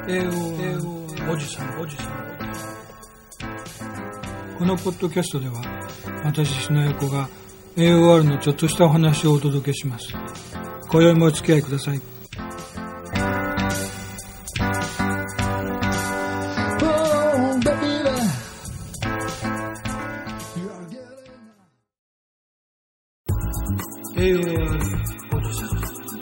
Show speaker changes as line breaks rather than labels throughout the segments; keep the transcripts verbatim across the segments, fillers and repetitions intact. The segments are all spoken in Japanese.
エーオー おじさんおじさん。このポッドキャストでは私篠横が エーオーアール のちょっとしたお話をお届けします。今宵もお付き合いください。エーオーアール おじさん。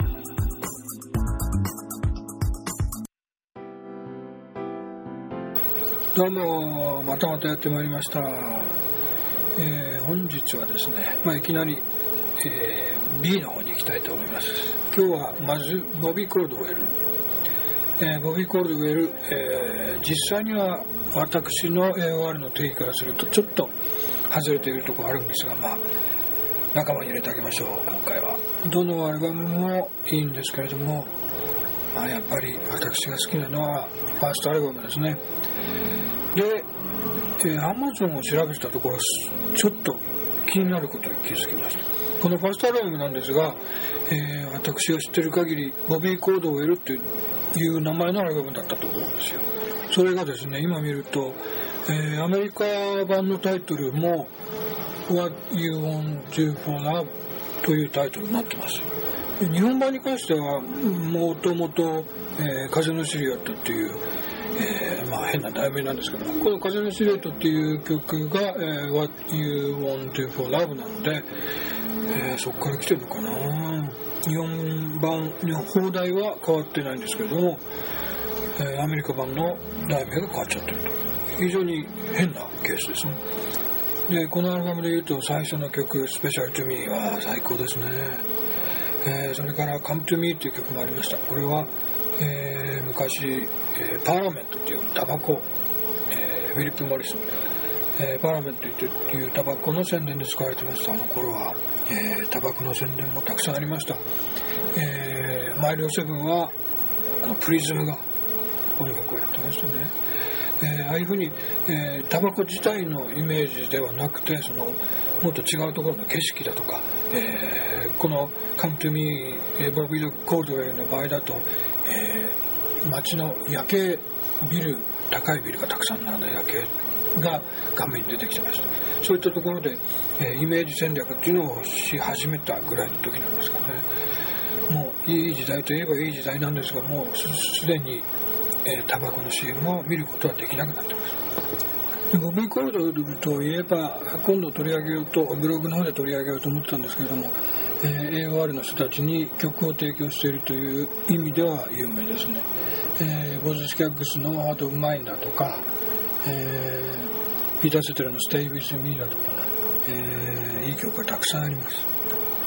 どうもまたまたやってまいりました。えー、本日はですね、まあ、いきなり、えー、B の方に行きたいと思います。今日はまずボビー・コールドウェル、えー、ボビー・コールドウェル、えー、実際には私の エーオーアール の定義からするとちょっと外れているところあるんですが、まあ仲間に入れてあげましょう。今回はどのアルバムもいいんですけれども、まあ、やっぱり私が好きなのはファーストアルバムですね。で、えー、Amazon を調べてたところちょっと気になることに気づきました。このファーストアルバムなんですが、えー、私が知ってる限りボビー・コールドウェルっていう名前のアルバムだったと思うんですよ。それがですね、今見ると、えー、アメリカ版のタイトルも What You Want to for Love というタイトルになってます。日本版に関してはもともと風のシルエットっていう、えー、まあ変な題名なんですけど、この風のシルエットっていう曲が、えー、What You Want to for Love なので、えー、そこから来てるのかな。日本版の邦題は変わってないんですけども、えー、アメリカ版の題名が変わっちゃってると。非常に変なケースですね。で、このアルバムで言うと最初の曲スペシャルトゥミーは最高ですね。えー、それからCome to Meという曲もありました。これは、えー、昔、えー、パーラメントというタバコ、えー、フィリップ・モリス、えー、パーラメントというタバコの宣伝で使われてました。あの頃は、えー、タバコの宣伝もたくさんありました。えー、マイルドセブンはあのプリズムが音楽をやってましたね。えー、ああいうふうに、えー、タバコ自体のイメージではなくて、そのもっと違うところの景色だとか、えー、この Come to Me、ボビー・コールドウェルの場合だと、えー、街の夜景ビル、高いビルがたくさん並んだ夜景が画面に出てきてました。そういったところで、えー、イメージ戦略っていうのをし始めたぐらいの時なんですかね。もういい時代といえばいい時代なんですが、もう す, すでにえー、タバコの シーエム を見ることはできなくなっています。でボビー・コールドウェルといえば今度取り上げようとブログの方で取り上げようと思ってたんですけれども、えー、エーオーアール の人たちに曲を提供しているという意味では有名ですね。えー、ボズ・スキャッグスの Heart of Mine だとか、えー、ピーター・セテルの Stay With Me だとか、えー、いい曲がたくさんあります。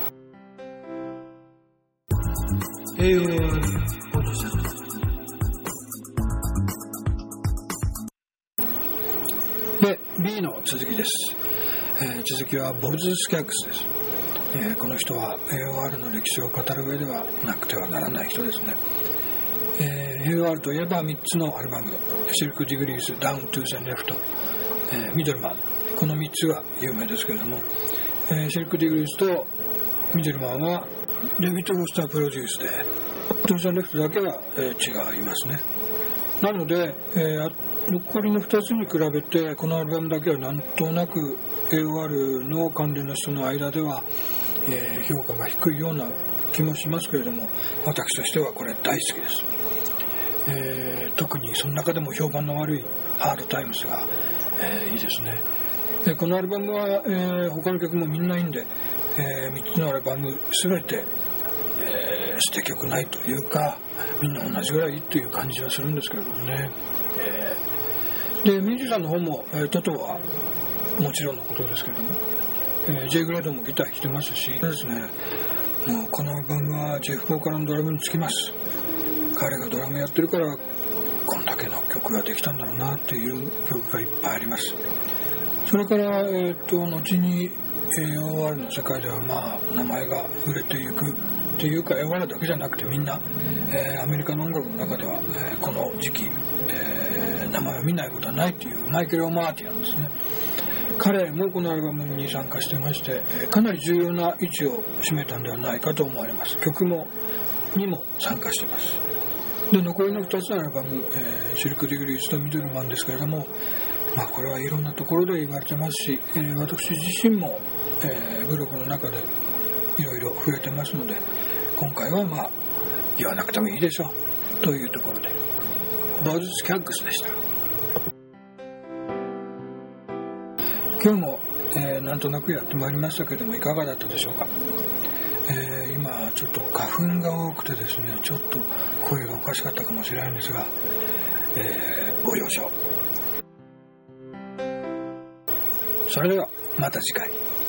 エーオーアール おじさん。で B の続きです。えー、続きはボルズ・スキャッグスです。えー、この人は エーオーアール の歴史を語る上ではなくてはならない人ですね。えー、エーオーアール といえばみっつのアルバム、シルク・ディグリーズ、ダウン・トゥ・ザ・レフト、えー、ミドルマン、このみっつが有名ですけれども、えー、シルク・ディグリーズとミドルマンはデビッド・フォスタープロデュースで、トゥ・ザ・レフトだけは、えー、違いますね。なので、えー残りのふたつに比べてこのアルバムだけはなんとなく エーオーアール の関連の人の間では、えー、評価が低いような気もしますけれども、私としてはこれ大好きです。えー、特にその中でも評判の悪いハードタイムズが、えー、いいですね。でこのアルバムは、えー、他の曲もみんないいんで、えー、みっつのアルバム全て、えー、捨て曲ないというかみんな同じぐらいいいという感じはするんですけれどもね。えーでミュージシャンの方も、えー、トトはもちろんのことですけれども、えー、J グレードもギター弾いてますしですね、もうこのアルバムはジェフ・ボーカルのドラムにつきます。彼がドラムやってるからこんだけの曲ができたんだろうなっていう曲がいっぱいあります。それから、えー、と後に エーオーアール の世界ではまあ名前が売れていくっていうか エーオーアール だけじゃなくてみんな、えー、アメリカの音楽の中では、えー、この時期、えー名前を見ないことはないというマイケル・オマーティアンですね。彼もこのアルバムに参加してまして、かなり重要な位置を占めたんではないかと思われます。曲もにも参加しています。 で残りのふたつのアルバム、えー、シルク・ディグリーズとミドルマンですけれども、まあ、これはいろんなところで言われてますし、えー、私自身も、えー、ブログの中でいろいろ触れてますので、今回はまあ言わなくてもいいでしょうというところで、バーズ・スキャッグスでした。今日も、えー、なんとなくやってまいりましたけども、いかがだったでしょうか。えー、今ちょっと花粉が多くてですね、ちょっと声がおかしかったかもしれないんですが、えー、ご了承。それではまた次回。